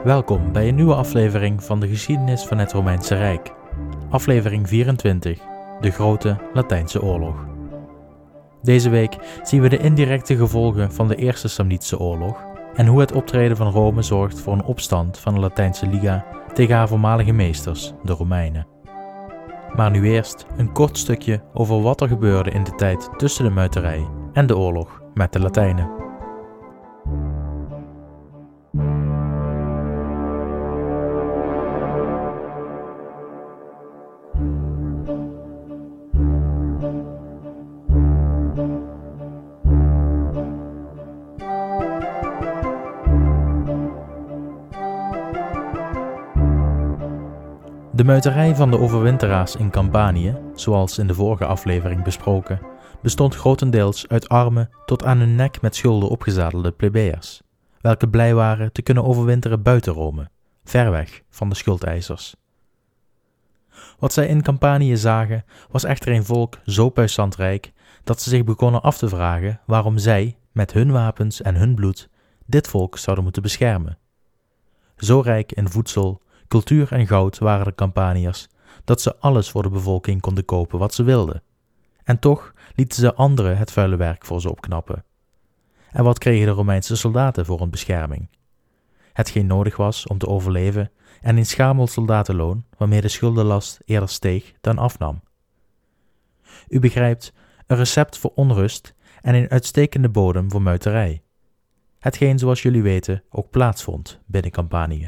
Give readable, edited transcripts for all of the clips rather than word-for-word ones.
Welkom bij een nieuwe aflevering van de geschiedenis van het Romeinse Rijk. Aflevering 24, de Grote Latijnse Oorlog. Deze week zien we de indirecte gevolgen van de Eerste Samnitische Oorlog en hoe het optreden van Rome zorgt voor een opstand van de Latijnse Liga tegen haar voormalige meesters, de Romeinen. Maar nu eerst een kort stukje over wat er gebeurde in de tijd tussen de muiterij en de oorlog met de Latijnen. De muiterij van de overwinteraars in Campanië, zoals in de vorige aflevering besproken, bestond grotendeels uit arme tot aan hun nek met schulden opgezadelde plebeiers, welke blij waren te kunnen overwinteren buiten Rome, ver weg van de schuldeisers. Wat zij in Campanië zagen was echter een volk zo puissant rijk dat ze zich begonnen af te vragen waarom zij, met hun wapens en hun bloed, dit volk zouden moeten beschermen. Zo rijk in voedsel, cultuur en goud waren de Campaniërs, dat ze alles voor de bevolking konden kopen wat ze wilden. En toch lieten ze anderen het vuile werk voor ze opknappen. En wat kregen de Romeinse soldaten voor een bescherming? Hetgeen nodig was om te overleven en een schamel soldatenloon waarmee de schuldenlast eerder steeg dan afnam. U begrijpt, een recept voor onrust en een uitstekende bodem voor muiterij. Hetgeen, zoals jullie weten, ook plaatsvond binnen Campanië.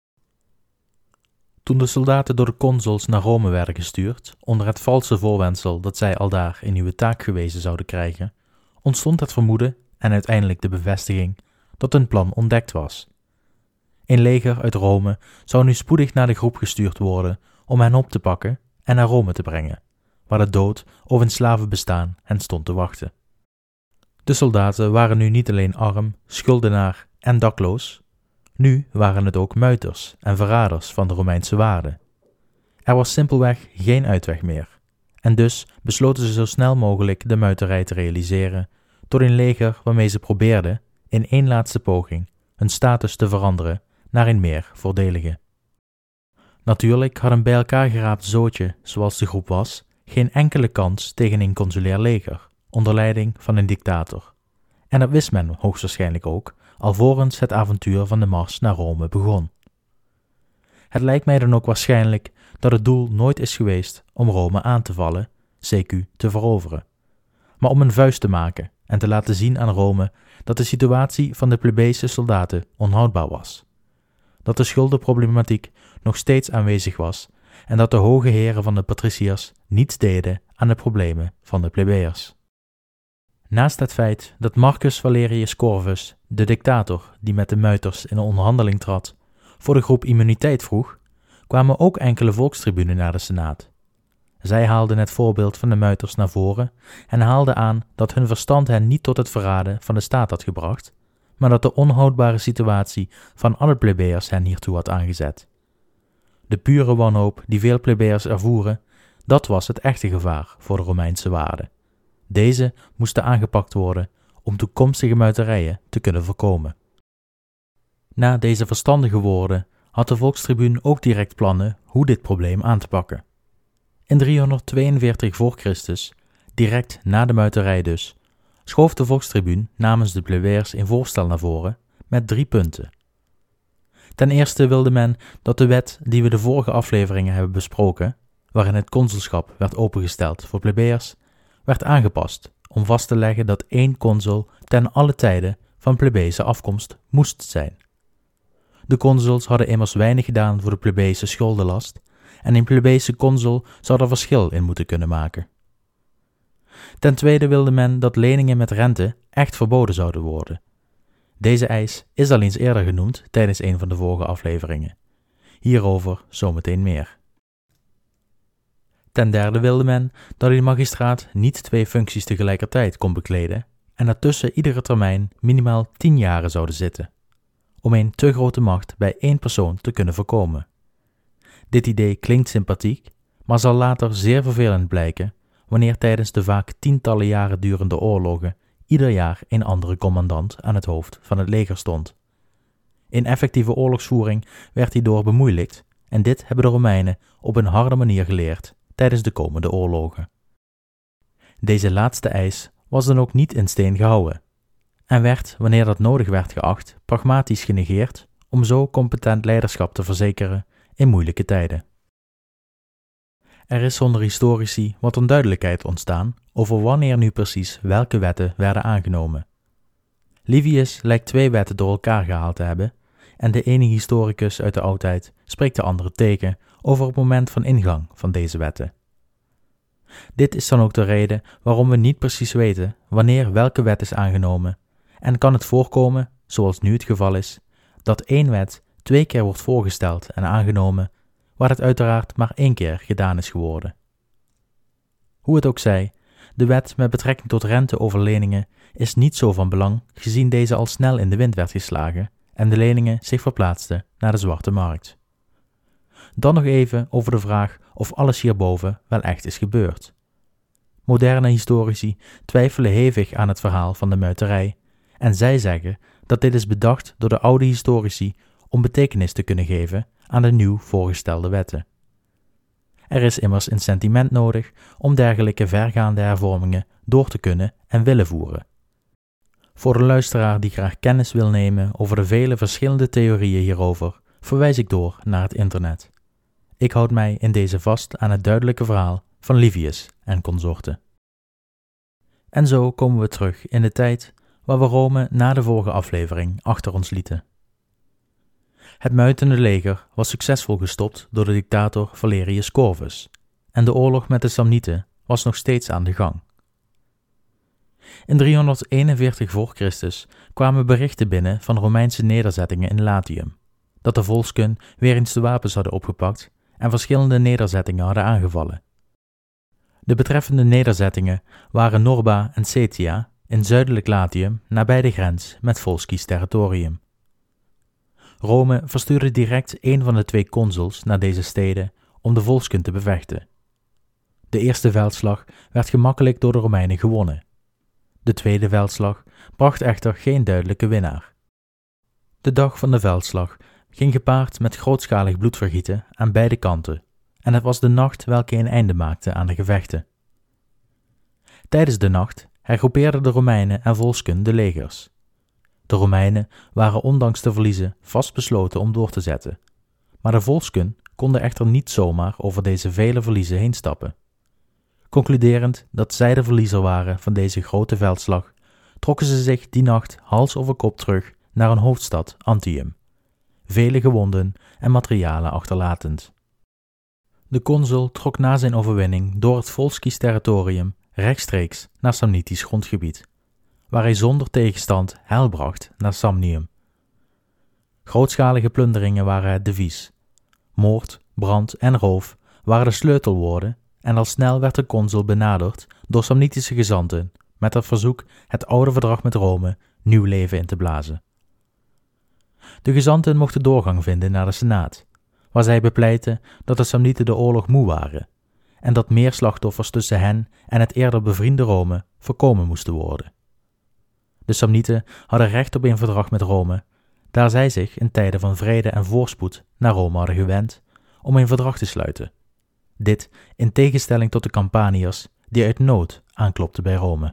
Toen de soldaten door de consuls naar Rome werden gestuurd, onder het valse voorwendsel dat zij aldaar een nieuwe taak gewezen zouden krijgen, ontstond het vermoeden en uiteindelijk de bevestiging dat hun plan ontdekt was. Een leger uit Rome zou nu spoedig naar de groep gestuurd worden om hen op te pakken en naar Rome te brengen, waar de dood of een slavenbestaan hen stond te wachten. De soldaten waren nu niet alleen arm, schuldenaar en dakloos. Nu waren het ook muiters en verraders van de Romeinse waarde. Er was simpelweg geen uitweg meer, en dus besloten ze zo snel mogelijk de muiterij te realiseren tot een leger waarmee ze probeerden, in één laatste poging, hun status te veranderen naar een meer voordelige. Natuurlijk had een bij elkaar geraapt zootje, zoals de groep was, geen enkele kans tegen een consulair leger, onder leiding van een dictator. En dat wist men hoogstwaarschijnlijk ook, alvorens het avontuur van de mars naar Rome begon. Het lijkt mij dan ook waarschijnlijk dat het doel nooit is geweest om Rome aan te vallen, CQ te veroveren, maar om een vuist te maken en te laten zien aan Rome dat de situatie van de plebejse soldaten onhoudbaar was, dat de schuldenproblematiek nog steeds aanwezig was en dat de hoge heren van de patriciërs niets deden aan de problemen van de plebeiers. Naast het feit dat Marcus Valerius Corvus, de dictator die met de muiters in een onderhandeling trad, voor de groep immuniteit vroeg, kwamen ook enkele volkstribunen naar de Senaat. Zij haalden het voorbeeld van de muiters naar voren en haalden aan dat hun verstand hen niet tot het verraden van de staat had gebracht, maar dat de onhoudbare situatie van alle plebeiers hen hiertoe had aangezet. De pure wanhoop die veel plebeiers ervoeren, dat was het echte gevaar voor de Romeinse waarde. Deze moesten aangepakt worden om toekomstige muiterijen te kunnen voorkomen. Na deze verstandige woorden had de volkstribuun ook direct plannen hoe dit probleem aan te pakken. In 342 voor Christus, direct na de muiterij dus, schoof de volkstribuun namens de plebeiers een voorstel naar voren met 3 punten. Ten eerste wilde men dat de wet die we de vorige afleveringen hebben besproken, waarin het consulschap werd opengesteld voor plebeiers, werd aangepast om vast te leggen dat 1 consul ten alle tijde van plebejse afkomst moest zijn. De consuls hadden immers weinig gedaan voor de plebejse schuldenlast en een plebejse consul zou er verschil in moeten kunnen maken. Ten tweede wilde men dat leningen met rente echt verboden zouden worden. Deze eis is al eens eerder genoemd tijdens een van de vorige afleveringen. Hierover zometeen meer. Ten derde wilde men dat een magistraat niet 2 functies tegelijkertijd kon bekleden en dat tussen iedere termijn minimaal 10 jaren zouden zitten, om een te grote macht bij 1 persoon te kunnen voorkomen. Dit idee klinkt sympathiek, maar zal later zeer vervelend blijken wanneer tijdens de vaak tientallen jaren durende oorlogen ieder jaar een andere commandant aan het hoofd van het leger stond. In effectieve oorlogsvoering werd hierdoor bemoeilijkt en dit hebben de Romeinen op een harde manier geleerd tijdens de komende oorlogen. Deze laatste eis was dan ook niet in steen gehouden en werd, wanneer dat nodig werd geacht, pragmatisch genegeerd om zo competent leiderschap te verzekeren in moeilijke tijden. Er is onder historici wat onduidelijkheid ontstaan over wanneer nu precies welke wetten werden aangenomen. Livius lijkt 2 wetten door elkaar gehaald te hebben en de ene historicus uit de oudheid spreekt de andere tegen over het moment van ingang van deze wetten. Dit is dan ook de reden waarom we niet precies weten wanneer welke wet is aangenomen en kan het voorkomen, zoals nu het geval is, dat 1 wet 2 keer wordt voorgesteld en aangenomen, waar het uiteraard maar 1 keer gedaan is geworden. Hoe het ook zij, de wet met betrekking tot rente over leningen is niet zo van belang, gezien deze al snel in de wind werd geslagen en de leningen zich verplaatsten naar de zwarte markt. Dan nog even over de vraag of alles hierboven wel echt is gebeurd. Moderne historici twijfelen hevig aan het verhaal van de muiterij en zij zeggen dat dit is bedacht door de oude historici om betekenis te kunnen geven aan de nieuw voorgestelde wetten. Er is immers een sentiment nodig om dergelijke vergaande hervormingen door te kunnen en willen voeren. Voor de luisteraar die graag kennis wil nemen over de vele verschillende theorieën hierover, verwijs ik door naar het internet. Ik houd mij in deze vast aan het duidelijke verhaal van Livius en consorten. En zo komen we terug in de tijd waar we Rome na de vorige aflevering achter ons lieten. Het muitende leger was succesvol gestopt door de dictator Valerius Corvus en de oorlog met de Samnieten was nog steeds aan de gang. In 341 voor Christus kwamen berichten binnen van Romeinse nederzettingen in Latium, dat de volsken weer eens de wapens hadden opgepakt en verschillende nederzettingen hadden aangevallen. De betreffende nederzettingen waren Norba en Setia in zuidelijk Latium nabij de grens met Volscisch territorium. Rome verstuurde direct 1 van de 2 consuls naar deze steden om de volsken te bevechten. De eerste veldslag werd gemakkelijk door de Romeinen gewonnen. De tweede veldslag bracht echter geen duidelijke winnaar. De dag van de veldslag ging gepaard met grootschalig bloedvergieten aan beide kanten en het was de nacht welke een einde maakte aan de gevechten. Tijdens de nacht hergroepeerden de Romeinen en volsken de legers. De Romeinen waren ondanks de verliezen vastbesloten om door te zetten, maar de volsken konden echter niet zomaar over deze vele verliezen heen stappen. Concluderend dat zij de verliezer waren van deze grote veldslag, trokken ze zich die nacht hals over kop terug naar hun hoofdstad Antium, vele gewonden en materialen achterlatend. De consul trok na zijn overwinning door het Volscisch territorium rechtstreeks naar Samnitisch grondgebied, waar hij zonder tegenstand heil bracht naar Samnium. Grootschalige plunderingen waren het devies. Moord, brand en roof waren de sleutelwoorden en al snel werd de consul benaderd door Samnitische gezanten met het verzoek het oude verdrag met Rome nieuw leven in te blazen. De gezanten mochten doorgang vinden naar de Senaat, waar zij bepleitten dat de Samnieten de oorlog moe waren en dat meer slachtoffers tussen hen en het eerder bevriende Rome voorkomen moesten worden. De Samnieten hadden recht op een verdrag met Rome, daar zij zich in tijden van vrede en voorspoed naar Rome hadden gewend om een verdrag te sluiten. Dit in tegenstelling tot de Campaniërs die uit nood aanklopten bij Rome.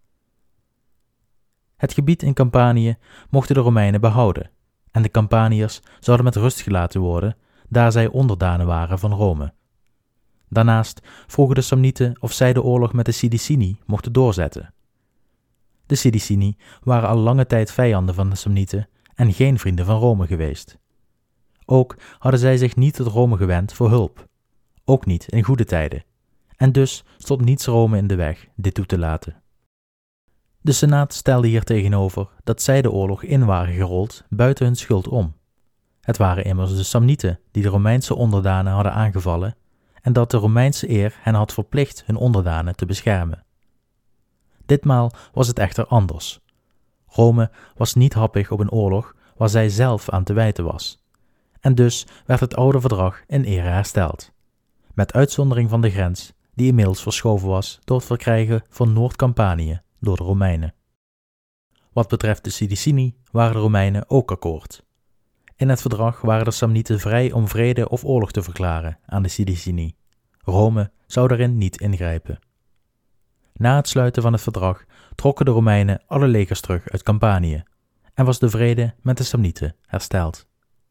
Het gebied in Campanië mochten de Romeinen behouden en de Campaniërs zouden met rust gelaten worden, daar zij onderdanen waren van Rome. Daarnaast vroegen de Samnieten of zij de oorlog met de Sidicini mochten doorzetten. De Sidicini waren al lange tijd vijanden van de Samnieten en geen vrienden van Rome geweest. Ook hadden zij zich niet tot Rome gewend voor hulp, ook niet in goede tijden, en dus stond niets Rome in de weg dit toe te laten. De Senaat stelde hier tegenover dat zij de oorlog in waren gerold buiten hun schuld om. Het waren immers de Samnieten die de Romeinse onderdanen hadden aangevallen en dat de Romeinse eer hen had verplicht hun onderdanen te beschermen. Ditmaal was het echter anders. Rome was niet happig op een oorlog waar zij zelf aan te wijten was. En dus werd het oude verdrag in ere hersteld, met uitzondering van de grens die inmiddels verschoven was door het verkrijgen van Noord-Campanië door de Romeinen. Wat betreft de Sidicini waren de Romeinen ook akkoord. In het verdrag waren de Samnieten vrij om vrede of oorlog te verklaren aan de Sidicini. Rome zou daarin niet ingrijpen. Na het sluiten van het verdrag trokken de Romeinen alle legers terug uit Campanië en was de vrede met de Samnieten hersteld.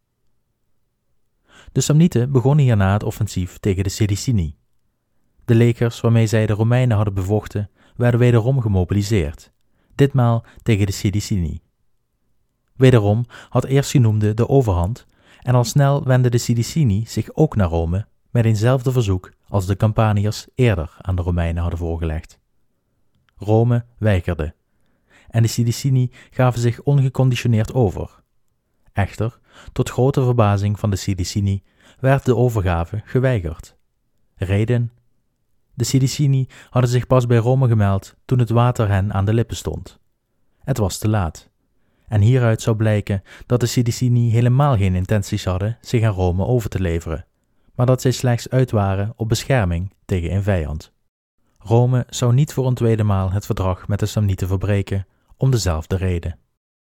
De Samnieten begonnen hierna het offensief tegen de Sidicini. De legers waarmee zij de Romeinen hadden bevochten werden wederom gemobiliseerd, ditmaal tegen de Sidicini. Wederom had eerstgenoemde de overhand en al snel wendden de Sidicini zich ook naar Rome met eenzelfde verzoek als de Campaniërs eerder aan de Romeinen hadden voorgelegd. Rome weigerde en de Sidicini gaven zich ongeconditioneerd over. Echter, tot grote verbazing van de Sidicini werd de overgave geweigerd. Reden? De Sidicini hadden zich pas bij Rome gemeld toen het water hen aan de lippen stond. Het was te laat. En hieruit zou blijken dat de Sidicini helemaal geen intenties hadden zich aan Rome over te leveren, maar dat zij slechts uit waren op bescherming tegen een vijand. Rome zou niet voor een tweede maal het verdrag met de Samnieten verbreken, om dezelfde reden.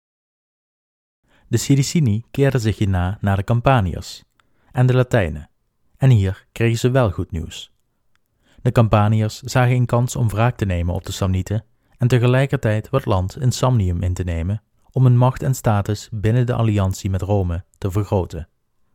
De Sidicini keerden zich hierna naar de Campaniërs en de Latijnen, en hier kregen ze wel goed nieuws. De Campaniërs zagen een kans om wraak te nemen op de Samnieten en tegelijkertijd wat land in Samnium in te nemen, om hun macht en status binnen de alliantie met Rome te vergroten.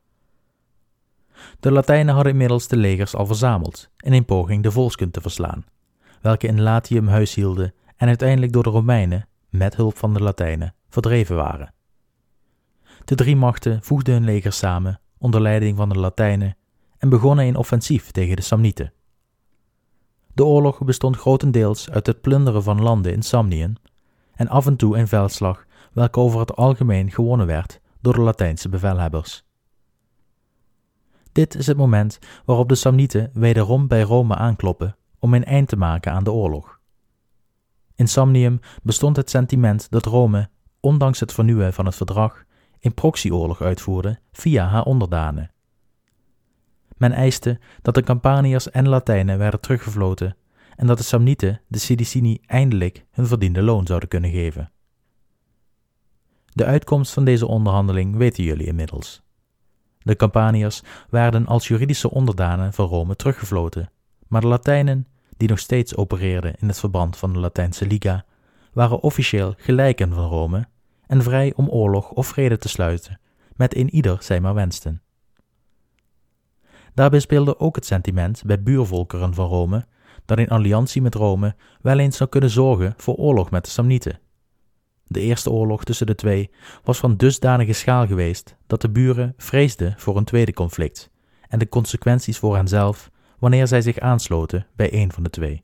De Latijnen hadden inmiddels de legers al verzameld in een poging de volsken te verslaan, welke in Latium huishielden en uiteindelijk door de Romeinen, met hulp van de Latijnen, verdreven waren. De drie machten voegden hun legers samen onder leiding van de Latijnen en begonnen een offensief tegen de Samnieten. De oorlog bestond grotendeels uit het plunderen van landen in Samniën en af en toe een veldslag welke over het algemeen gewonnen werd door de Latijnse bevelhebbers. Dit is het moment waarop de Samnieten wederom bij Rome aankloppen om een eind te maken aan de oorlog. In Samnium bestond het sentiment dat Rome, ondanks het vernieuwen van het verdrag, een proxyoorlog uitvoerde via haar onderdanen. Men eiste dat de Campaniërs en Latijnen werden teruggefloten en dat de Samnieten de Sidicini eindelijk hun verdiende loon zouden kunnen geven. De uitkomst van deze onderhandeling weten jullie inmiddels. De Campaniërs werden als juridische onderdanen van Rome teruggefloten, maar de Latijnen, die nog steeds opereerden in het verband van de Latijnse Liga, waren officieel gelijken van Rome en vrij om oorlog of vrede te sluiten, met eenieder zij maar wensten. Daarbij speelde ook het sentiment bij buurvolkeren van Rome dat een alliantie met Rome wel eens zou kunnen zorgen voor oorlog met de Samnieten. De eerste oorlog tussen de twee was van dusdanige schaal geweest dat de buren vreesden voor een tweede conflict en de consequenties voor henzelf wanneer zij zich aansloten bij een van de twee.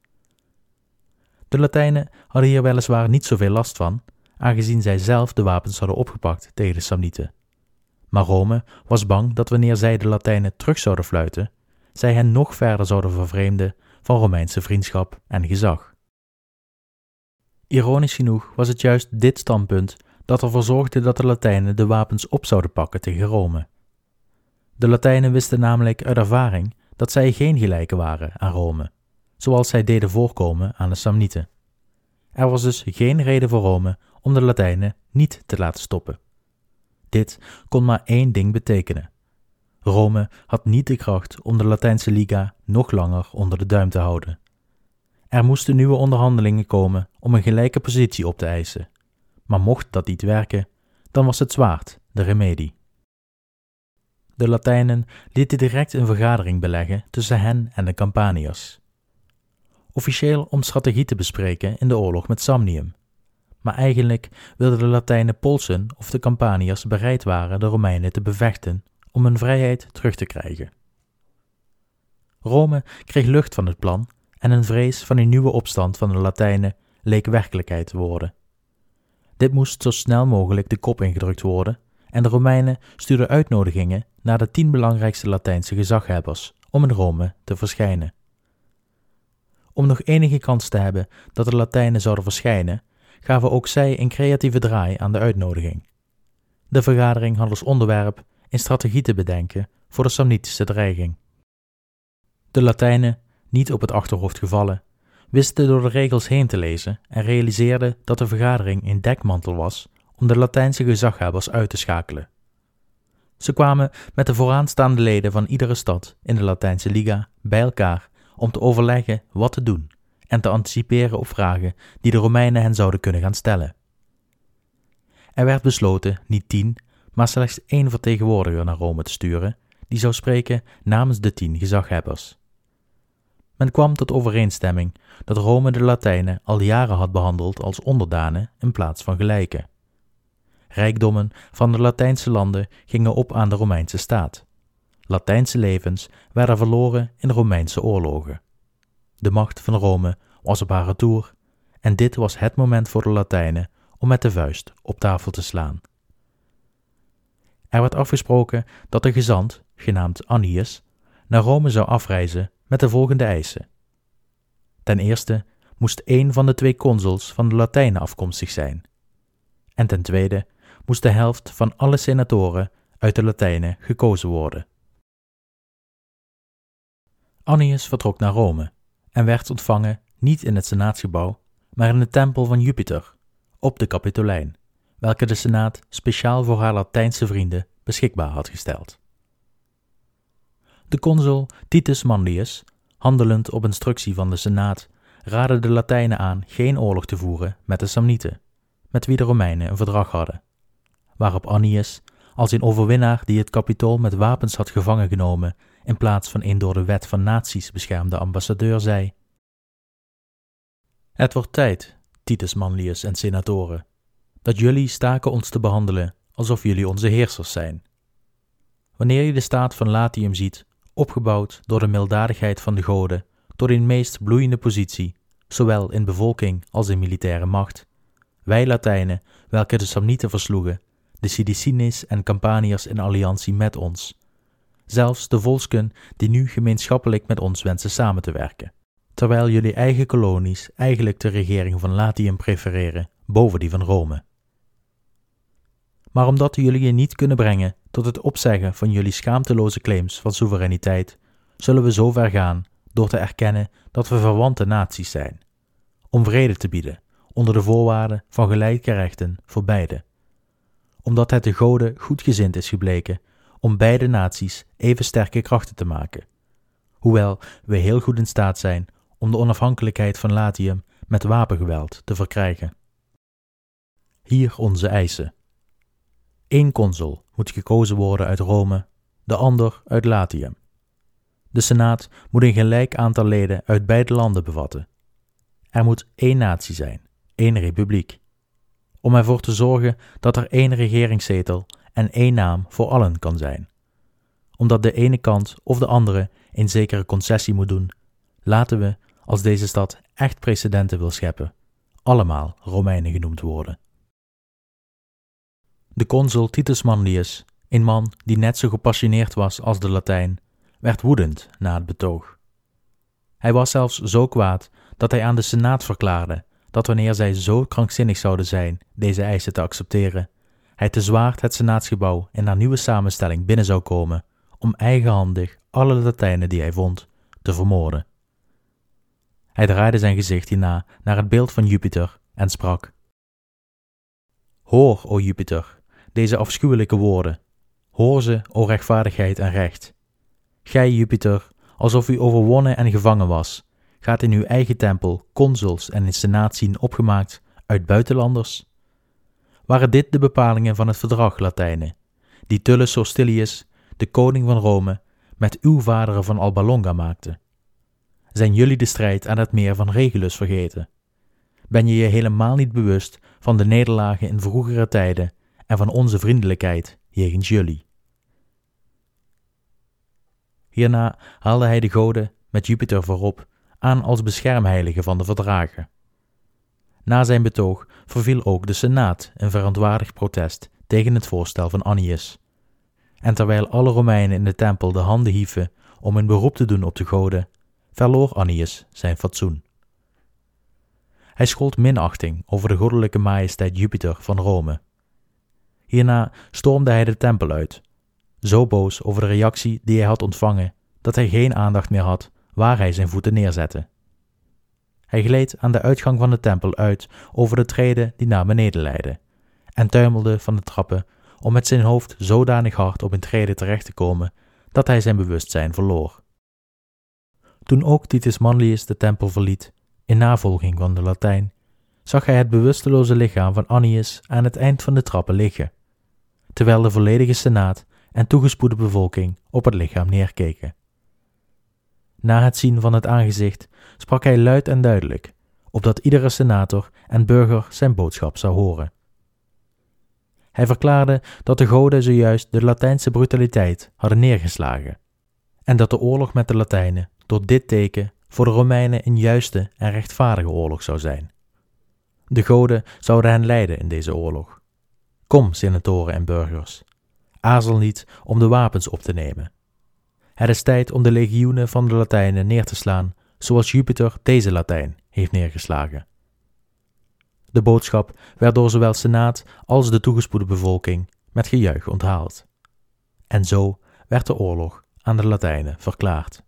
De Latijnen hadden hier weliswaar niet zoveel last van, aangezien zij zelf de wapens hadden opgepakt tegen de Samnieten. Maar Rome was bang dat wanneer zij de Latijnen terug zouden fluiten, zij hen nog verder zouden vervreemden van Romeinse vriendschap en gezag. Ironisch genoeg was het juist dit standpunt dat ervoor zorgde dat de Latijnen de wapens op zouden pakken tegen Rome. De Latijnen wisten namelijk uit ervaring dat zij geen gelijken waren aan Rome, zoals zij deden voorkomen aan de Samnieten. Er was dus geen reden voor Rome om de Latijnen niet te laten stoppen. Dit kon maar één ding betekenen. Rome had niet de kracht om de Latijnse Liga nog langer onder de duim te houden. Er moesten nieuwe onderhandelingen komen om een gelijke positie op te eisen. Maar mocht dat niet werken, dan was het zwaard de remedie. De Latijnen lieten direct een vergadering beleggen tussen hen en de Campaniërs. Officieel om strategie te bespreken in de oorlog met Samnium. Maar eigenlijk wilden de Latijnen polsen of de Campaniërs bereid waren de Romeinen te bevechten om hun vrijheid terug te krijgen. Rome kreeg lucht van het plan en een vrees van een nieuwe opstand van de Latijnen leek werkelijkheid te worden. Dit moest zo snel mogelijk de kop ingedrukt worden en de Romeinen stuurden uitnodigingen naar de 10 belangrijkste Latijnse gezaghebbers om in Rome te verschijnen. Om nog enige kans te hebben dat de Latijnen zouden verschijnen, gaven ook zij een creatieve draai aan de uitnodiging. De vergadering had als onderwerp een strategie te bedenken voor de Samnitische dreiging. De Latijnen, niet op het achterhoofd gevallen, wisten door de regels heen te lezen en realiseerden dat de vergadering een dekmantel was om de Latijnse gezaghebbers uit te schakelen. Ze kwamen met de vooraanstaande leden van iedere stad in de Latijnse Liga bij elkaar om te overleggen wat te doen en te anticiperen op vragen die de Romeinen hen zouden kunnen gaan stellen. Er werd besloten niet 10, maar slechts 1 vertegenwoordiger naar Rome te sturen, die zou spreken namens de 10 gezaghebbers. Men kwam tot overeenstemming dat Rome de Latijnen al jaren had behandeld als onderdanen in plaats van gelijken. Rijkdommen van de Latijnse landen gingen op aan de Romeinse staat. Latijnse levens werden verloren in Romeinse oorlogen. De macht van Rome was op haar retour en dit was het moment voor de Latijnen om met de vuist op tafel te slaan. Er werd afgesproken dat de gezant, genaamd Annius, naar Rome zou afreizen met de volgende eisen. Ten eerste moest 1 van de 2 consuls van de Latijnen afkomstig zijn. En ten tweede moest de helft van alle senatoren uit de Latijnen gekozen worden. Annius vertrok naar Rome en werd ontvangen niet in het senaatsgebouw, maar in de tempel van Jupiter, op de Capitolijne, welke de Senaat speciaal voor haar Latijnse vrienden beschikbaar had gesteld. De consul Titus Manlius, handelend op instructie van de Senaat, raadde de Latijnen aan geen oorlog te voeren met de Samnieten, met wie de Romeinen een verdrag hadden, waarop Annius, als een overwinnaar die het Capitool met wapens had gevangen genomen in plaats van een door de wet van naties beschermde ambassadeur, zei: Het wordt tijd, Titus Manlius en senatoren, dat jullie staken ons te behandelen alsof jullie onze heersers zijn. Wanneer je de staat van Latium ziet, opgebouwd door de milddadigheid van de goden, tot een meest bloeiende positie, zowel in bevolking als in militaire macht, wij Latijnen, welke de Samnieten versloegen, de Sidicines en Campaniërs in alliantie met ons, zelfs de volsken die nu gemeenschappelijk met ons wensen samen te werken, terwijl jullie eigen kolonies eigenlijk de regering van Latium prefereren boven die van Rome. Maar omdat jullie je niet kunnen brengen tot het opzeggen van jullie schaamteloze claims van soevereiniteit, zullen we zo ver gaan door te erkennen dat we verwante naties zijn, om vrede te bieden onder de voorwaarden van gelijke rechten voor beide, omdat het de goden goedgezind is gebleken om beide naties even sterke krachten te maken, hoewel we heel goed in staat zijn om de onafhankelijkheid van Latium met wapengeweld te verkrijgen. Hier onze eisen. 1 consul moet gekozen worden uit Rome, de ander uit Latium. De Senaat moet een gelijk aantal leden uit beide landen bevatten. Er moet 1 natie zijn, 1 republiek, om ervoor te zorgen dat er 1 regeringszetel en 1 naam voor allen kan zijn. Omdat de ene kant of de andere een zekere concessie moet doen, laten we, als deze stad echt precedenten wil scheppen, allemaal Romeinen genoemd worden. De consul Titus Manlius, een man die net zo gepassioneerd was als de Latijn, werd woedend na het betoog. Hij was zelfs zo kwaad dat hij aan de Senaat verklaarde dat wanneer zij zo krankzinnig zouden zijn deze eisen te accepteren, hij te zwaard het Senaatsgebouw in haar nieuwe samenstelling binnen zou komen om eigenhandig alle Latijnen die hij vond te vermoorden. Hij draaide zijn gezicht hierna naar het beeld van Jupiter en sprak: Hoor, o Jupiter, deze afschuwelijke woorden. Hoor ze, o rechtvaardigheid en recht. Gij, Jupiter, alsof u overwonnen en gevangen was, gaat in uw eigen tempel consuls en een senaat zien opgemaakt uit buitenlanders? Waren dit de bepalingen van het verdrag, Latijnen, die Tullus Hostilius, de koning van Rome, met uw vaderen van Alba Longa maakte? Zijn jullie de strijd aan het meer van Regulus vergeten? Ben je je helemaal niet bewust van de nederlagen in vroegere tijden en van onze vriendelijkheid jegens jullie? Hierna haalde hij de goden, met Jupiter voorop, aan als beschermheilige van de verdragen. Na zijn betoog verviel ook de Senaat in verontwaardigd protest tegen het voorstel van Annius. En terwijl alle Romeinen in de tempel de handen hieven om een beroep te doen op de goden, verloor Annius zijn fatsoen. Hij schold minachting over de goddelijke majesteit Jupiter van Rome. Hierna stormde hij de tempel uit, zo boos over de reactie die hij had ontvangen, dat hij geen aandacht meer had waar hij zijn voeten neerzette. Hij gleed aan de uitgang van de tempel uit over de treden die naar beneden leidden, en tuimelde van de trappen om met zijn hoofd zodanig hard op een trede terecht te komen dat hij zijn bewustzijn verloor. Toen ook Titus Manlius de tempel verliet, in navolging van de Latijn, zag hij het bewusteloze lichaam van Annius aan het eind van de trappen liggen, terwijl de volledige senaat en toegespoede bevolking op het lichaam neerkeken. Na het zien van het aangezicht sprak hij luid en duidelijk, opdat iedere senator en burger zijn boodschap zou horen. Hij verklaarde dat de goden zojuist de Latijnse brutaliteit hadden neergeslagen en dat de oorlog met de Latijnen door dit teken voor de Romeinen een juiste en rechtvaardige oorlog zou zijn. De goden zouden hen leiden in deze oorlog. Kom, senatoren en burgers, aarzel niet om de wapens op te nemen. Het is tijd om de legioenen van de Latijnen neer te slaan, zoals Jupiter deze Latijn heeft neergeslagen. De boodschap werd door zowel senaat als de toegespoede bevolking met gejuich onthaald. En zo werd de oorlog aan de Latijnen verklaard.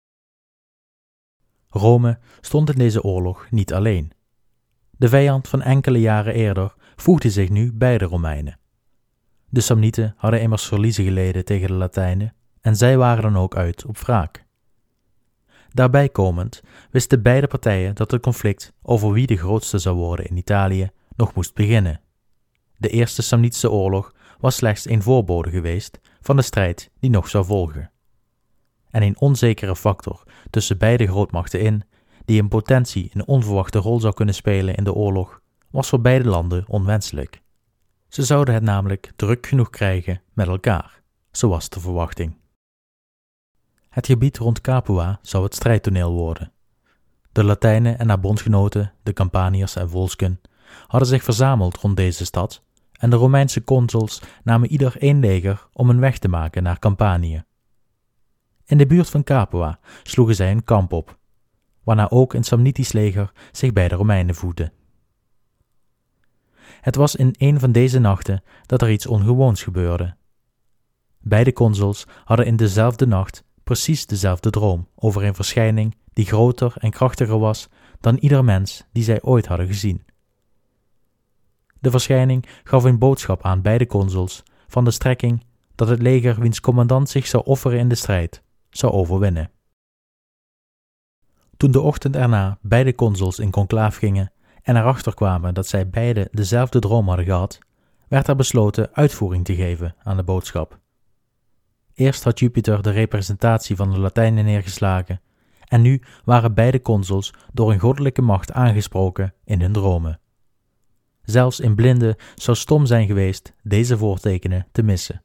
Rome stond in deze oorlog niet alleen. De vijand van enkele jaren eerder voegde zich nu bij de Romeinen. De Samnieten hadden immers verliezen geleden tegen de Latijnen en zij waren dan ook uit op wraak. Daarbij komend wisten beide partijen dat het conflict over wie de grootste zou worden in Italië nog moest beginnen. De Eerste Samnitische Oorlog was slechts een voorbode geweest van de strijd die nog zou volgen. En een onzekere factor tussen beide grootmachten in, die in potentie een onverwachte rol zou kunnen spelen in de oorlog, was voor beide landen onwenselijk. Ze zouden het namelijk druk genoeg krijgen met elkaar, zo was de verwachting. Het gebied rond Capua zou het strijdtoneel worden. De Latijnen en haar bondgenoten, de Campaniërs en Volsken, hadden zich verzameld rond deze stad en de Romeinse consuls namen ieder één leger om een weg te maken naar Campanië. In de buurt van Capua sloegen zij een kamp op, waarna ook een Samnitisch leger zich bij de Romeinen voegde. Het was in een van deze nachten dat er iets ongewoons gebeurde. Beide consuls hadden in dezelfde nacht precies dezelfde droom over een verschijning die groter en krachtiger was dan ieder mens die zij ooit hadden gezien. De verschijning gaf een boodschap aan beide consuls van de strekking dat het leger wiens commandant zich zou offeren in de strijd, zou overwinnen. Toen de ochtend erna beide consuls in conclaaf gingen en erachter kwamen dat zij beide dezelfde droom hadden gehad, werd er besloten uitvoering te geven aan de boodschap. Eerst had Jupiter de representatie van de Latijnen neergeslagen en nu waren beide consuls door een goddelijke macht aangesproken in hun dromen. Zelfs een blinde zou stom zijn geweest deze voortekenen te missen.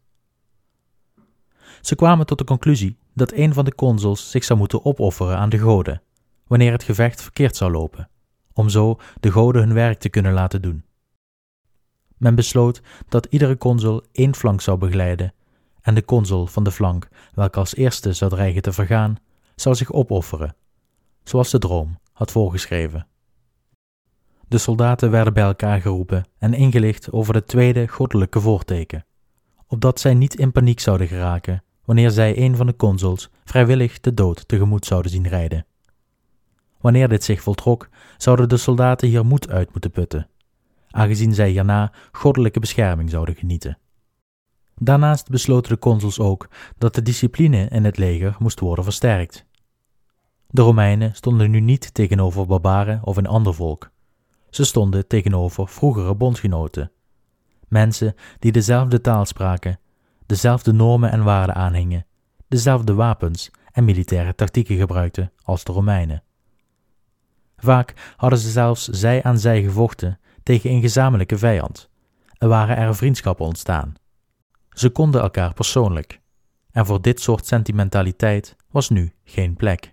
Ze kwamen tot de conclusie dat een van de consuls zich zou moeten opofferen aan de goden, wanneer het gevecht verkeerd zou lopen, om zo de goden hun werk te kunnen laten doen. Men besloot dat iedere consul één flank zou begeleiden en de consul van de flank, welke als eerste zou dreigen te vergaan, zou zich opofferen, zoals de droom had voorgeschreven. De soldaten werden bij elkaar geroepen en ingelicht over het tweede goddelijke voorteken, opdat zij niet in paniek zouden geraken wanneer zij een van de consuls vrijwillig de dood tegemoet zouden zien rijden. Wanneer dit zich voltrok, zouden de soldaten hier moed uit moeten putten, aangezien zij hierna goddelijke bescherming zouden genieten. Daarnaast besloten de consuls ook dat de discipline in het leger moest worden versterkt. De Romeinen stonden nu niet tegenover barbaren of een ander volk. Ze stonden tegenover vroegere bondgenoten. Mensen die dezelfde taal spraken, dezelfde normen en waarden aanhingen, dezelfde wapens en militaire tactieken gebruikten als de Romeinen. Vaak hadden ze zelfs zij aan zij gevochten tegen een gezamenlijke vijand. Er waren er vriendschappen ontstaan. Ze konden elkaar persoonlijk, en voor dit soort sentimentaliteit was nu geen plek.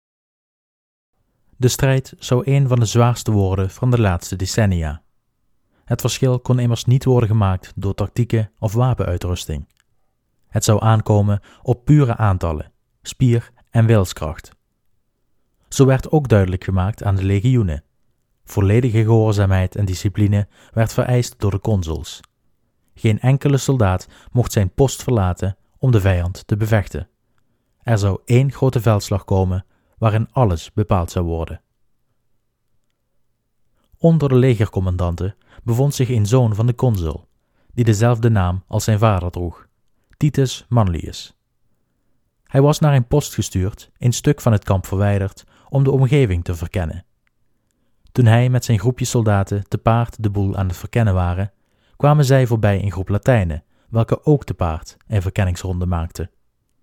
De strijd zou een van de zwaarste worden van de laatste decennia. Het verschil kon immers niet worden gemaakt door tactieken of wapenuitrusting. Het zou aankomen op pure aantallen, spier- en wilskracht. Zo werd ook duidelijk gemaakt aan de legioenen. Volledige gehoorzaamheid en discipline werd vereist door de consuls. Geen enkele soldaat mocht zijn post verlaten om de vijand te bevechten. Er zou één grote veldslag komen waarin alles bepaald zou worden. Onder de legercommandanten bevond zich een zoon van de consul, die dezelfde naam als zijn vader droeg, Titus Manlius. Hij was naar een post gestuurd, een stuk van het kamp verwijderd, om de omgeving te verkennen. Toen hij met zijn groepje soldaten te paard de boel aan het verkennen waren, kwamen zij voorbij een groep Latijnen, welke ook te paard een verkenningsronde maakten.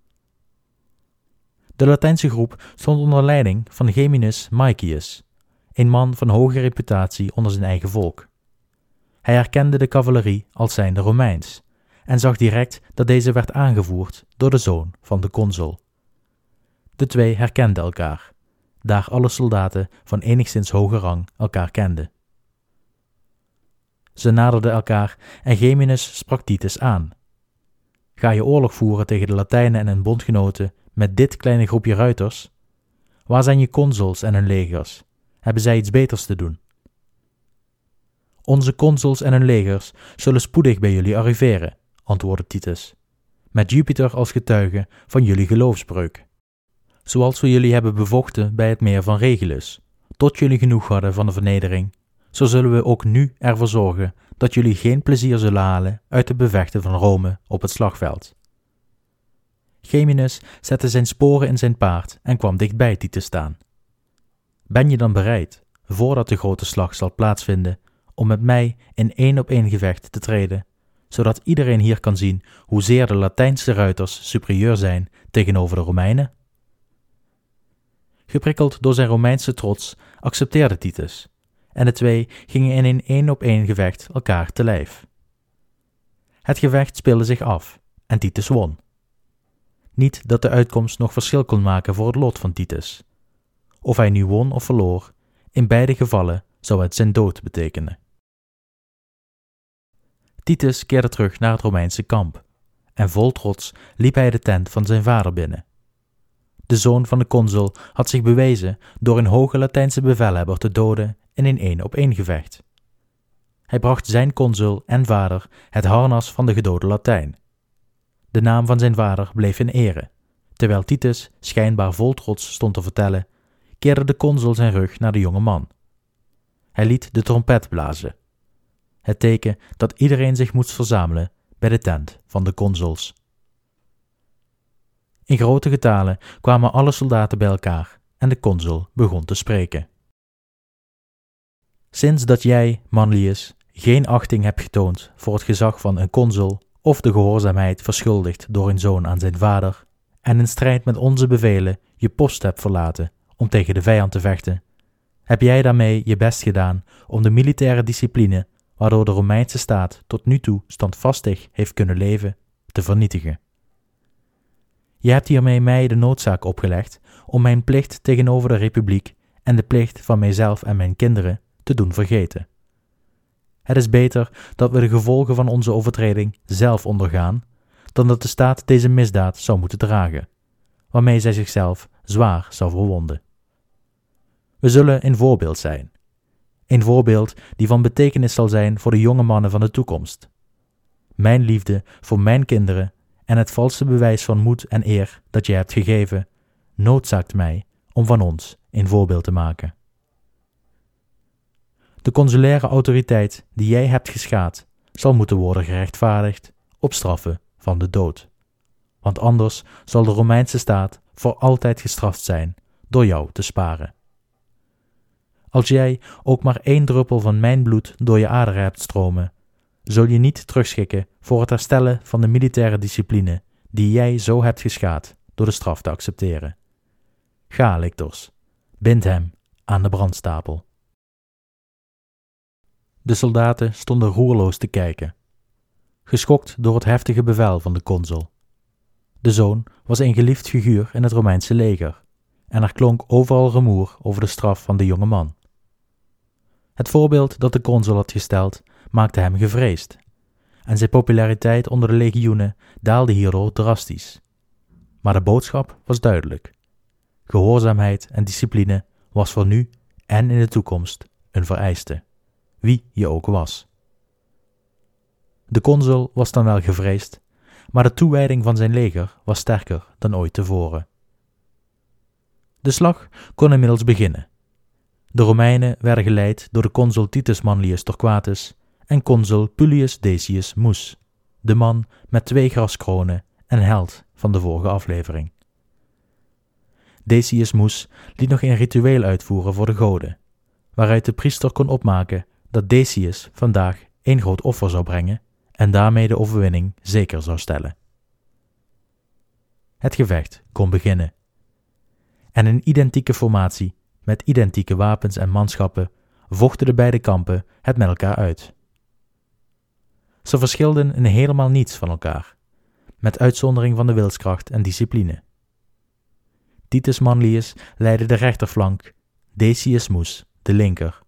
De Latijnse groep stond onder leiding van Geminus Maecius, een man van hoge reputatie onder zijn eigen volk. Hij herkende de cavalerie als zijnde Romeins en zag direct dat deze werd aangevoerd door de zoon van de consul. De twee herkenden elkaar, daar alle soldaten van enigszins hoge rang elkaar kenden. Ze naderden elkaar en Geminus sprak Titus aan. Ga je oorlog voeren tegen de Latijnen en hun bondgenoten met dit kleine groepje ruiters? Waar zijn je consuls en hun legers? Hebben zij iets beters te doen? Onze consuls en hun legers zullen spoedig bij jullie arriveren, antwoordde Titus, met Jupiter als getuige van jullie geloofsbreuk. Zoals we jullie hebben bevochten bij het meer van Regulus, tot jullie genoeg hadden van de vernedering, zo zullen we ook nu ervoor zorgen dat jullie geen plezier zullen halen uit de bevechten van Rome op het slagveld. Geminus zette zijn sporen in zijn paard en kwam dichtbij Titus staan. Ben je dan bereid, voordat de grote slag zal plaatsvinden, om met mij in 1-op-1 gevecht te treden, zodat iedereen hier kan zien hoezeer de Latijnse ruiters superieur zijn tegenover de Romeinen? Geprikkeld door zijn Romeinse trots accepteerde Titus, en de twee gingen in een 1-op-1 gevecht elkaar te lijf. Het gevecht speelde zich af en Titus won. Niet dat de uitkomst nog verschil kon maken voor het lot van Titus. Of hij nu won of verloor, in beide gevallen zou het zijn dood betekenen. Titus keerde terug naar het Romeinse kamp en vol trots liep hij de tent van zijn vader binnen. De zoon van de consul had zich bewezen door een hoge Latijnse bevelhebber te doden in een 1-op-1 gevecht. Hij bracht zijn consul en vader het harnas van de gedode Latijn. De naam van zijn vader bleef in ere. Terwijl Titus schijnbaar vol trots stond te vertellen, keerde de consul zijn rug naar de jonge man. Hij liet de trompet blazen. Het teken dat iedereen zich moest verzamelen bij de tent van de consuls. In grote getalen kwamen alle soldaten bij elkaar en de consul begon te spreken. Sinds dat jij, Manlius, geen achting hebt getoond voor het gezag van een consul of de gehoorzaamheid verschuldigd door een zoon aan zijn vader en in strijd met onze bevelen je post hebt verlaten om tegen de vijand te vechten, heb jij daarmee je best gedaan om de militaire discipline waardoor de Romeinse staat tot nu toe standvastig heeft kunnen leven, te vernietigen. Je hebt hiermee mij de noodzaak opgelegd om mijn plicht tegenover de Republiek en de plicht van mijzelf en mijn kinderen te doen vergeten. Het is beter dat we de gevolgen van onze overtreding zelf ondergaan, dan dat de staat deze misdaad zou moeten dragen, waarmee zij zichzelf zwaar zou verwonden. We zullen een voorbeeld zijn. Een voorbeeld die van betekenis zal zijn voor de jonge mannen van de toekomst. Mijn liefde voor mijn kinderen en het valse bewijs van moed en eer dat je hebt gegeven, noodzaakt mij om van ons een voorbeeld te maken. De consulaire autoriteit die jij hebt geschaad, zal moeten worden gerechtvaardigd op straffe van de dood. Want anders zal de Romeinse staat voor altijd gestraft zijn door jou te sparen. Als jij ook maar 1 druppel van mijn bloed door je aderen hebt stromen, zul je niet terugschikken voor het herstellen van de militaire discipline die jij zo hebt geschaad door de straf te accepteren. Ga, lictors, bind hem aan de brandstapel. De soldaten stonden roerloos te kijken, geschokt door het heftige bevel van de consul. De zoon was een geliefd figuur in het Romeinse leger en er klonk overal rumoer over de straf van de jonge man. Het voorbeeld dat de consul had gesteld maakte hem gevreesd en zijn populariteit onder de legioenen daalde hierdoor drastisch. Maar de boodschap was duidelijk. Gehoorzaamheid en discipline was voor nu en in de toekomst een vereiste, wie je ook was. De consul was dan wel gevreesd, maar de toewijding van zijn leger was sterker dan ooit tevoren. De slag kon inmiddels beginnen. De Romeinen werden geleid door de consul Titus Manlius Torquatus en consul Publius Decius Mus, de man met 2 graskronen en held van de vorige aflevering. Decius Mus liet nog een ritueel uitvoeren voor de goden, waaruit de priester kon opmaken dat Decius vandaag 1 groot offer zou brengen en daarmee de overwinning zeker zou stellen. Het gevecht kon beginnen. En in identieke formatie, met identieke wapens en manschappen, vochten de beide kampen het met elkaar uit. Ze verschilden in helemaal niets van elkaar, met uitzondering van de wilskracht en discipline. Titus Manlius leidde de rechterflank, Decius Mus de linker.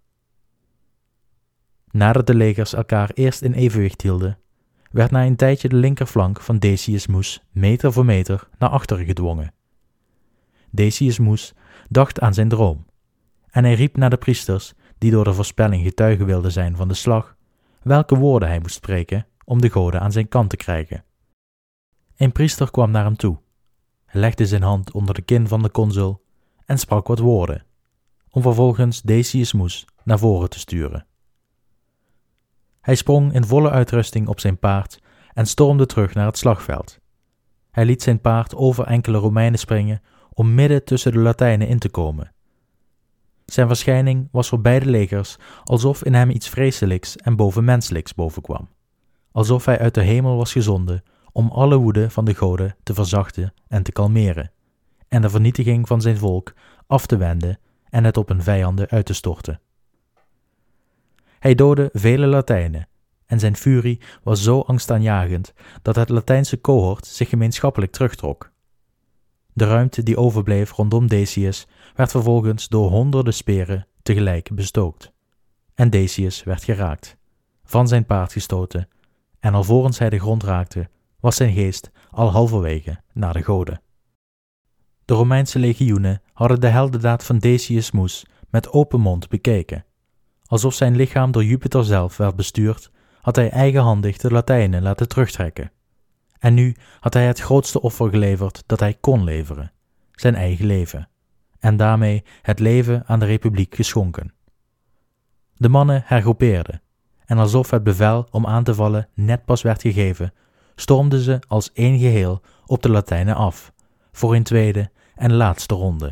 Nadat de legers elkaar eerst in evenwicht hielden, werd na een tijdje de linkerflank van Decius Mus meter voor meter naar achteren gedwongen. Decius Mus dacht aan zijn droom, en hij riep naar de priesters, die door de voorspelling getuigen wilden zijn van de slag, welke woorden hij moest spreken om de goden aan zijn kant te krijgen. Een priester kwam naar hem toe, legde zijn hand onder de kin van de consul en sprak wat woorden, om vervolgens Decius Mus naar voren te sturen. Hij sprong in volle uitrusting op zijn paard en stormde terug naar het slagveld. Hij liet zijn paard over enkele Romeinen springen om midden tussen de Latijnen in te komen. Zijn verschijning was voor beide legers alsof in hem iets vreselijks en bovenmenselijks bovenkwam, alsof hij uit de hemel was gezonden om alle woede van de goden te verzachten en te kalmeren, en de vernietiging van zijn volk af te wenden en het op hun vijanden uit te storten. Hij doodde vele Latijnen, en zijn furie was zo angstaanjagend dat het Latijnse cohort zich gemeenschappelijk terugtrok. De ruimte die overbleef rondom Decius werd vervolgens door honderden speren tegelijk bestookt. En Decius werd geraakt, van zijn paard gestoten, en alvorens hij de grond raakte, was zijn geest al halverwege naar de goden. De Romeinse legioenen hadden de heldendaad van Decius Mus met open mond bekeken. Alsof zijn lichaam door Jupiter zelf werd bestuurd, had hij eigenhandig de Latijnen laten terugtrekken. En nu had hij het grootste offer geleverd dat hij kon leveren, zijn eigen leven, en daarmee het leven aan de republiek geschonken. De mannen hergroepeerden, en alsof het bevel om aan te vallen net pas werd gegeven, stormden ze als één geheel op de Latijnen af, voor een tweede en laatste ronde.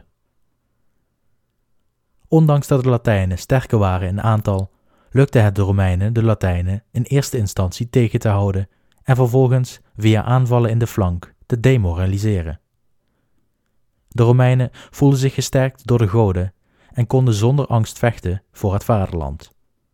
Ondanks dat de Latijnen sterker waren in aantal, lukte het de Romeinen de Latijnen in eerste instantie tegen te houden en vervolgens via aanvallen in de flank te demoraliseren. De Romeinen voelden zich gesterkt door de goden en konden zonder angst vechten voor het vaderland.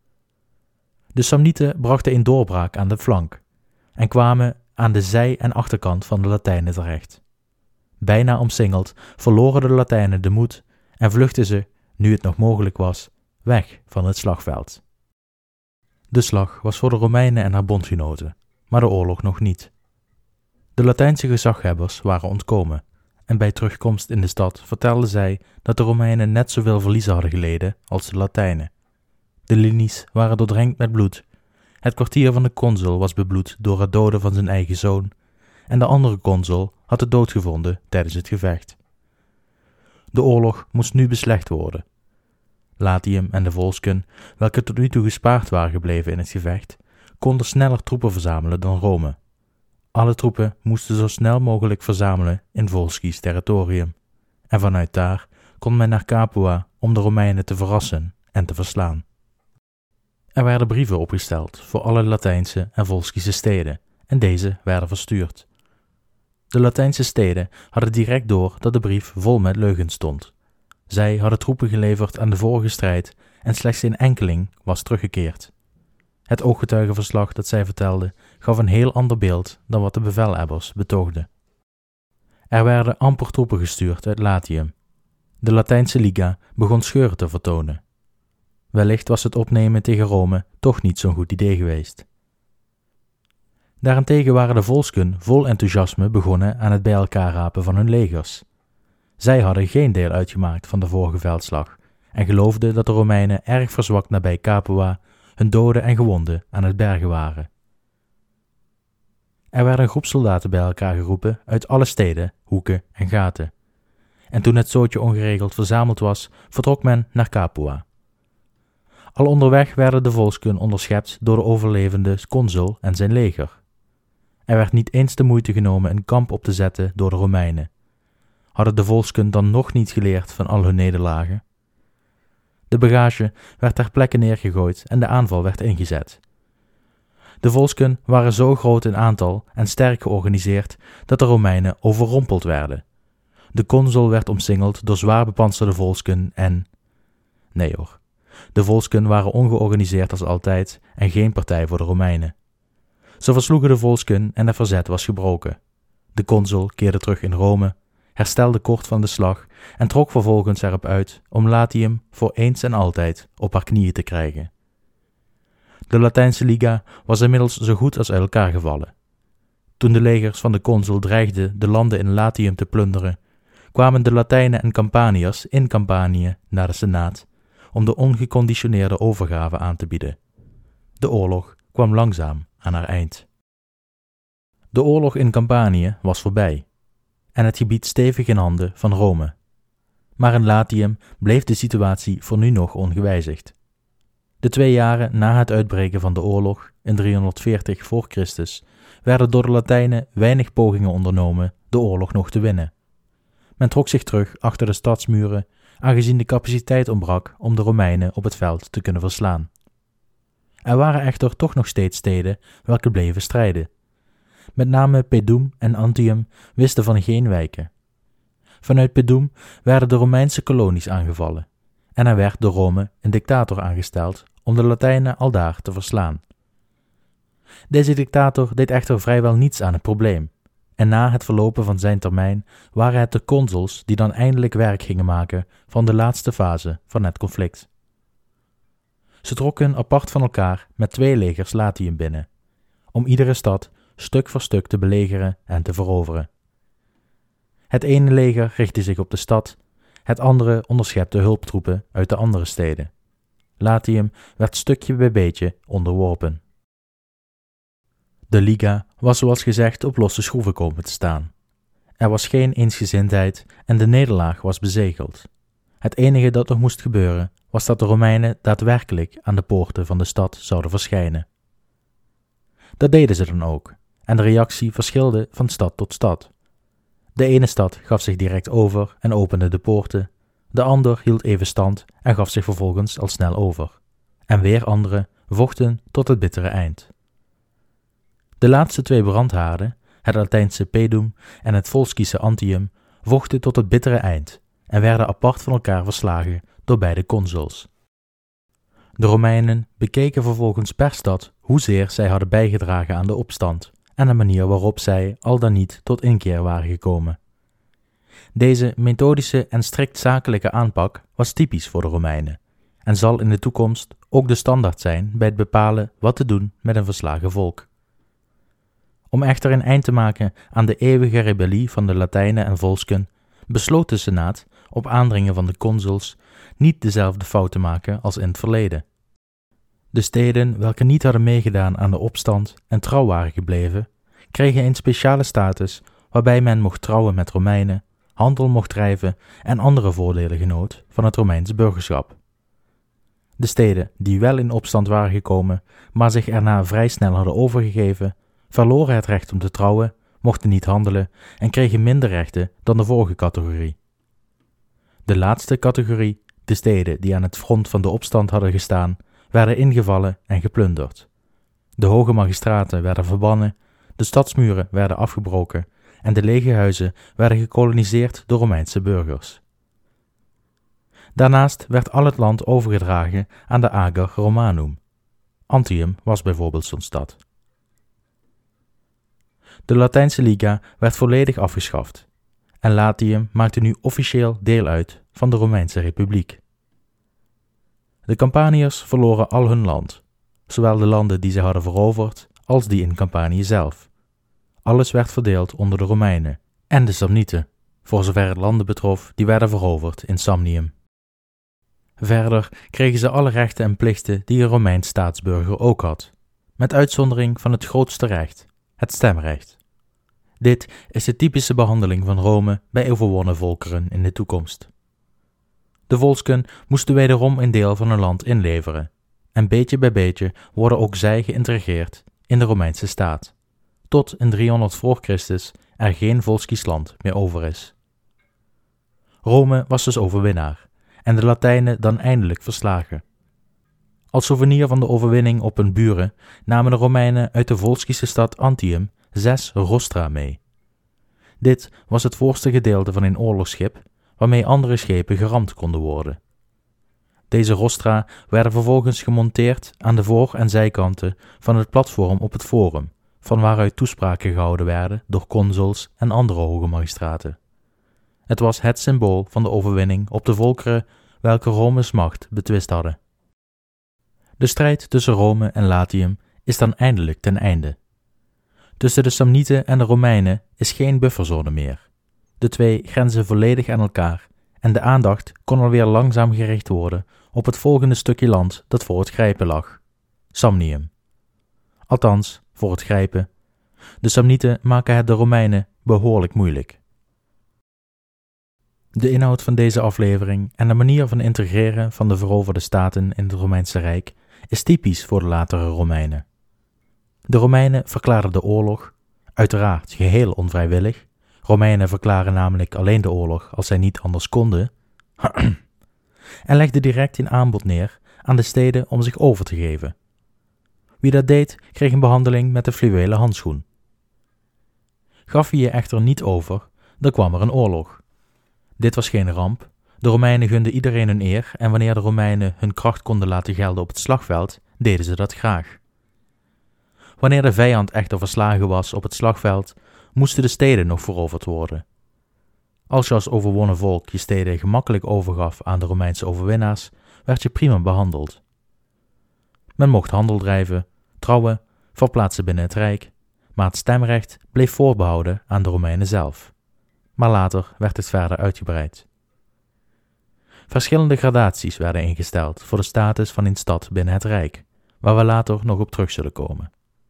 De Samnieten brachten een doorbraak aan de flank en kwamen aan de zij- en achterkant van de Latijnen terecht. Bijna omsingeld verloren de Latijnen de moed en vluchtten ze, nu het nog mogelijk was, weg van het slagveld. De slag was voor de Romeinen en haar bondgenoten, maar de oorlog nog niet. De Latijnse gezaghebbers waren ontkomen en bij terugkomst in de stad vertelden zij dat de Romeinen net zoveel verliezen hadden geleden als de Latijnen. De linies waren doordrenkt met bloed, het kwartier van de consul was bebloed door het doden van zijn eigen zoon en de andere consul had de dood gevonden tijdens het gevecht. De oorlog moest nu beslecht worden. Latium en de Volsken, welke tot nu toe gespaard waren gebleven in het gevecht, konden sneller troepen verzamelen dan Rome. Alle troepen moesten zo snel mogelijk verzamelen in Volscisch territorium, en vanuit daar kon men naar Capua om de Romeinen te verrassen en te verslaan. Er werden brieven opgesteld voor alle Latijnse en Volscische steden, en deze werden verstuurd. De Latijnse steden hadden direct door dat de brief vol met leugens stond. Zij hadden troepen geleverd aan de vorige strijd en slechts een enkeling was teruggekeerd. Het ooggetuigenverslag dat zij vertelden gaf een heel ander beeld dan wat de bevelhebbers betoogden. Er werden amper troepen gestuurd uit Latium. De Latijnse Liga begon scheuren te vertonen. Wellicht was het opnemen tegen Rome toch niet zo'n goed idee geweest. Daarentegen waren de Volsken vol enthousiasme begonnen aan het bij elkaar rapen van hun legers. Zij hadden geen deel uitgemaakt van de vorige veldslag en geloofden dat de Romeinen erg verzwakt nabij Capua hun doden en gewonden aan het bergen waren. Er werden een groep soldaten bij elkaar geroepen uit alle steden, hoeken en gaten. En toen het zootje ongeregeld verzameld was, vertrok men naar Capua. Al onderweg werden de volksken onderschept door de overlevende consul en zijn leger. Er werd niet eens de moeite genomen een kamp op te zetten door de Romeinen. Hadden de volksken dan nog niet geleerd van al hun nederlagen? De bagage werd ter plekke neergegooid en de aanval werd ingezet. De volksken waren zo groot in aantal en sterk georganiseerd dat de Romeinen overrompeld werden. De consul werd omsingeld door zwaar bepantserde volksken en... Nee hoor, de volksken waren ongeorganiseerd als altijd en geen partij voor de Romeinen. Ze versloegen de volksken en het verzet was gebroken. De consul keerde terug in Rome, herstelde kort van de slag en trok vervolgens erop uit om Latium voor eens en altijd op haar knieën te krijgen. De Latijnse Liga was inmiddels zo goed als uit elkaar gevallen. Toen de legers van de consul dreigden de landen in Latium te plunderen, kwamen de Latijnen en Campaniërs in Campanië naar de Senaat om de ongeconditioneerde overgave aan te bieden. De oorlog kwam langzaam aan haar eind. De oorlog in Campanië was voorbij en het gebied stevig in handen van Rome. Maar in Latium bleef de situatie voor nu nog ongewijzigd. De 2 jaren na het uitbreken van de oorlog, in 340 voor Christus, werden door de Latijnen weinig pogingen ondernomen de oorlog nog te winnen. Men trok zich terug achter de stadsmuren, aangezien de capaciteit ontbrak om de Romeinen op het veld te kunnen verslaan. Er waren echter toch nog steeds steden welke bleven strijden. Met name Pedum en Antium wisten van geen wijken. Vanuit Pedum werden de Romeinse kolonies aangevallen en er werd door Rome een dictator aangesteld om de Latijnen aldaar te verslaan. Deze dictator deed echter vrijwel niets aan het probleem en na het verlopen van zijn termijn waren het de consuls die dan eindelijk werk gingen maken van de laatste fase van het conflict. Ze trokken apart van elkaar met 2 legers Latium binnen, om iedere stad stuk voor stuk te belegeren en te veroveren. Het ene leger richtte zich op de stad, het andere onderschepte hulptroepen uit de andere steden. Latium werd stukje bij beetje onderworpen. De Liga was zoals gezegd op losse schroeven komen te staan. Er was geen eensgezindheid en de nederlaag was bezegeld. Het enige dat nog moest gebeuren was dat de Romeinen daadwerkelijk aan de poorten van de stad zouden verschijnen. Dat deden ze dan ook, en de reactie verschilde van stad tot stad. De ene stad gaf zich direct over en opende de poorten, de ander hield even stand en gaf zich vervolgens al snel over, en weer andere vochten tot het bittere eind. De laatste 2 brandhaarden, het Latijnse Pedum en het Volskische Antium, vochten tot het bittere eind en werden apart van elkaar verslagen door beide consuls. De Romeinen bekeken vervolgens per stad hoezeer zij hadden bijgedragen aan de opstand en de manier waarop zij al dan niet tot inkeer waren gekomen. Deze methodische en strikt zakelijke aanpak was typisch voor de Romeinen en zal in de toekomst ook de standaard zijn bij het bepalen wat te doen met een verslagen volk. Om echter een eind te maken aan de eeuwige rebellie van de Latijnen en volksken, besloot de Senaat, op aandringen van de consuls, niet dezelfde fout te maken als in het verleden. De steden welke niet hadden meegedaan aan de opstand en trouw waren gebleven, kregen een speciale status waarbij men mocht trouwen met Romeinen, handel mocht drijven en andere voordelen genoot van het Romeins burgerschap. De steden die wel in opstand waren gekomen, maar zich erna vrij snel hadden overgegeven, verloren het recht om te trouwen, mochten niet handelen en kregen minder rechten dan de vorige categorie. De laatste categorie, de steden die aan het front van de opstand hadden gestaan, werden ingevallen en geplunderd. De hoge magistraten werden verbannen, de stadsmuren werden afgebroken en de lege huizen werden gekoloniseerd door Romeinse burgers. Daarnaast werd al het land overgedragen aan de Ager Romanum. Antium was bijvoorbeeld zo'n stad. De Latijnse Liga werd volledig afgeschaft en Latium maakte nu officieel deel uit van de Romeinse Republiek. De Campaniërs verloren al hun land, zowel de landen die ze hadden veroverd als die in Campanië zelf. Alles werd verdeeld onder de Romeinen en de Samnieten, voor zover het landen betrof die werden veroverd in Samnium. Verder kregen ze alle rechten en plichten die een Romeins staatsburger ook had, met uitzondering van het grootste recht, het stemrecht. Dit is de typische behandeling van Rome bij overwonnen volkeren in de toekomst. De volksken moesten wederom een deel van hun land inleveren en beetje bij beetje worden ook zij geïntegreerd in de Romeinse staat, tot in 300 voor Christus er geen volskisch land meer over is. Rome was dus overwinnaar en de Latijnen dan eindelijk verslagen. Als souvenir van de overwinning op hun buren namen de Romeinen uit de volskische stad Antium 6 rostra mee. Dit was het voorste gedeelte van een oorlogsschip waarmee andere schepen geramd konden worden. Deze rostra werden vervolgens gemonteerd aan de voor- en zijkanten van het platform op het forum, van waaruit toespraken gehouden werden door consuls en andere hoge magistraten. Het was het symbool van de overwinning op de volkeren welke Rome's macht betwist hadden. De strijd tussen Rome en Latium is dan eindelijk ten einde. Tussen de Samnieten en de Romeinen is geen bufferzone meer. De twee grenzen volledig aan elkaar en de aandacht kon alweer langzaam gericht worden op het volgende stukje land dat voor het grijpen lag: Samnium. Althans, voor het grijpen. De Samnieten maken het de Romeinen behoorlijk moeilijk. De inhoud van deze aflevering en de manier van integreren van de veroverde staten in het Romeinse Rijk is typisch voor de latere Romeinen. De Romeinen verklaarden de oorlog, uiteraard geheel onvrijwillig. Romeinen verklaren namelijk alleen de oorlog als zij niet anders konden, en legden direct een aanbod neer aan de steden om zich over te geven. Wie dat deed, kreeg een behandeling met de fluwelen handschoen. Gaf je je echter niet over, dan kwam er een oorlog. Dit was geen ramp. De Romeinen gunden iedereen hun eer en wanneer de Romeinen hun kracht konden laten gelden op het slagveld, deden ze dat graag. Wanneer de vijand echter verslagen was op het slagveld, moesten de steden nog veroverd worden. Als je als overwonnen volk je steden gemakkelijk overgaf aan de Romeinse overwinnaars, werd je prima behandeld. Men mocht handel drijven, trouwen, verplaatsen binnen het Rijk, maar het stemrecht bleef voorbehouden aan de Romeinen zelf. Maar later werd het verder uitgebreid. Verschillende gradaties werden ingesteld voor de status van een stad binnen het Rijk, waar we later nog op terug zullen komen.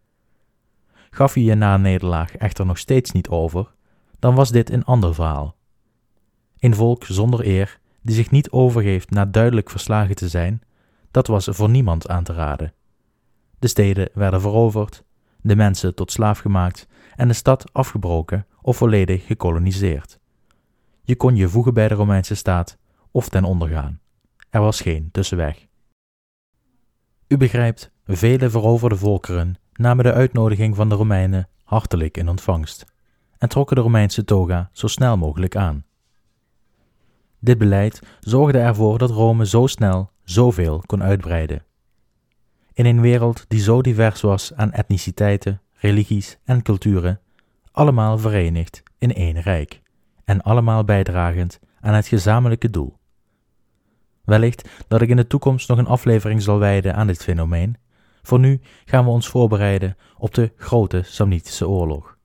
Gaf je je na een nederlaag echter nog steeds niet over, dan was dit een ander verhaal. Een volk zonder eer, die zich niet overgeeft na duidelijk verslagen te zijn, dat was voor niemand aan te raden. De steden werden veroverd, de mensen tot slaaf gemaakt en de stad afgebroken of volledig gekoloniseerd. Je kon je voegen bij de Romeinse staat of ten onder gaan. Er was geen tussenweg. U begrijpt, vele veroverde volkeren namen de uitnodiging van de Romeinen hartelijk in ontvangst en trokken de Romeinse toga zo snel mogelijk aan. Dit beleid zorgde ervoor dat Rome zo snel zoveel kon uitbreiden. In een wereld die zo divers was aan etniciteiten, religies en culturen, allemaal verenigd in één rijk en allemaal bijdragend aan het gezamenlijke doel. Wellicht dat ik in de toekomst nog een aflevering zal wijden aan dit fenomeen. Voor nu gaan we ons voorbereiden op de grote Samnitische oorlog.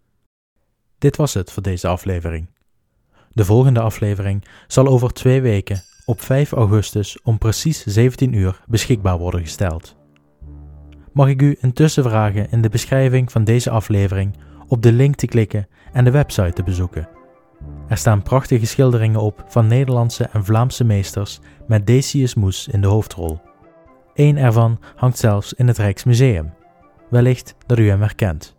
Dit was het voor deze aflevering. De volgende aflevering zal over 2 weken op 5 augustus om precies 17 uur beschikbaar worden gesteld. Mag ik u intussen vragen in de beschrijving van deze aflevering op de link te klikken en de website te bezoeken. Er staan prachtige schilderingen op van Nederlandse en Vlaamse meesters met Decius Mus in de hoofdrol. Eén ervan hangt zelfs in het Rijksmuseum. Wellicht dat u hem herkent.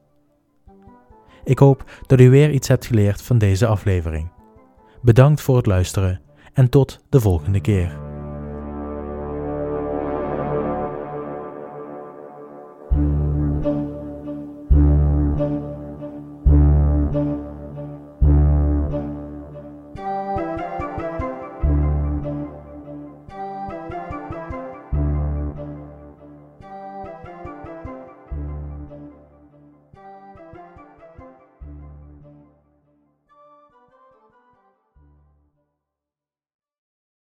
Ik hoop dat u weer iets hebt geleerd van deze aflevering. Bedankt voor het luisteren en tot de volgende keer.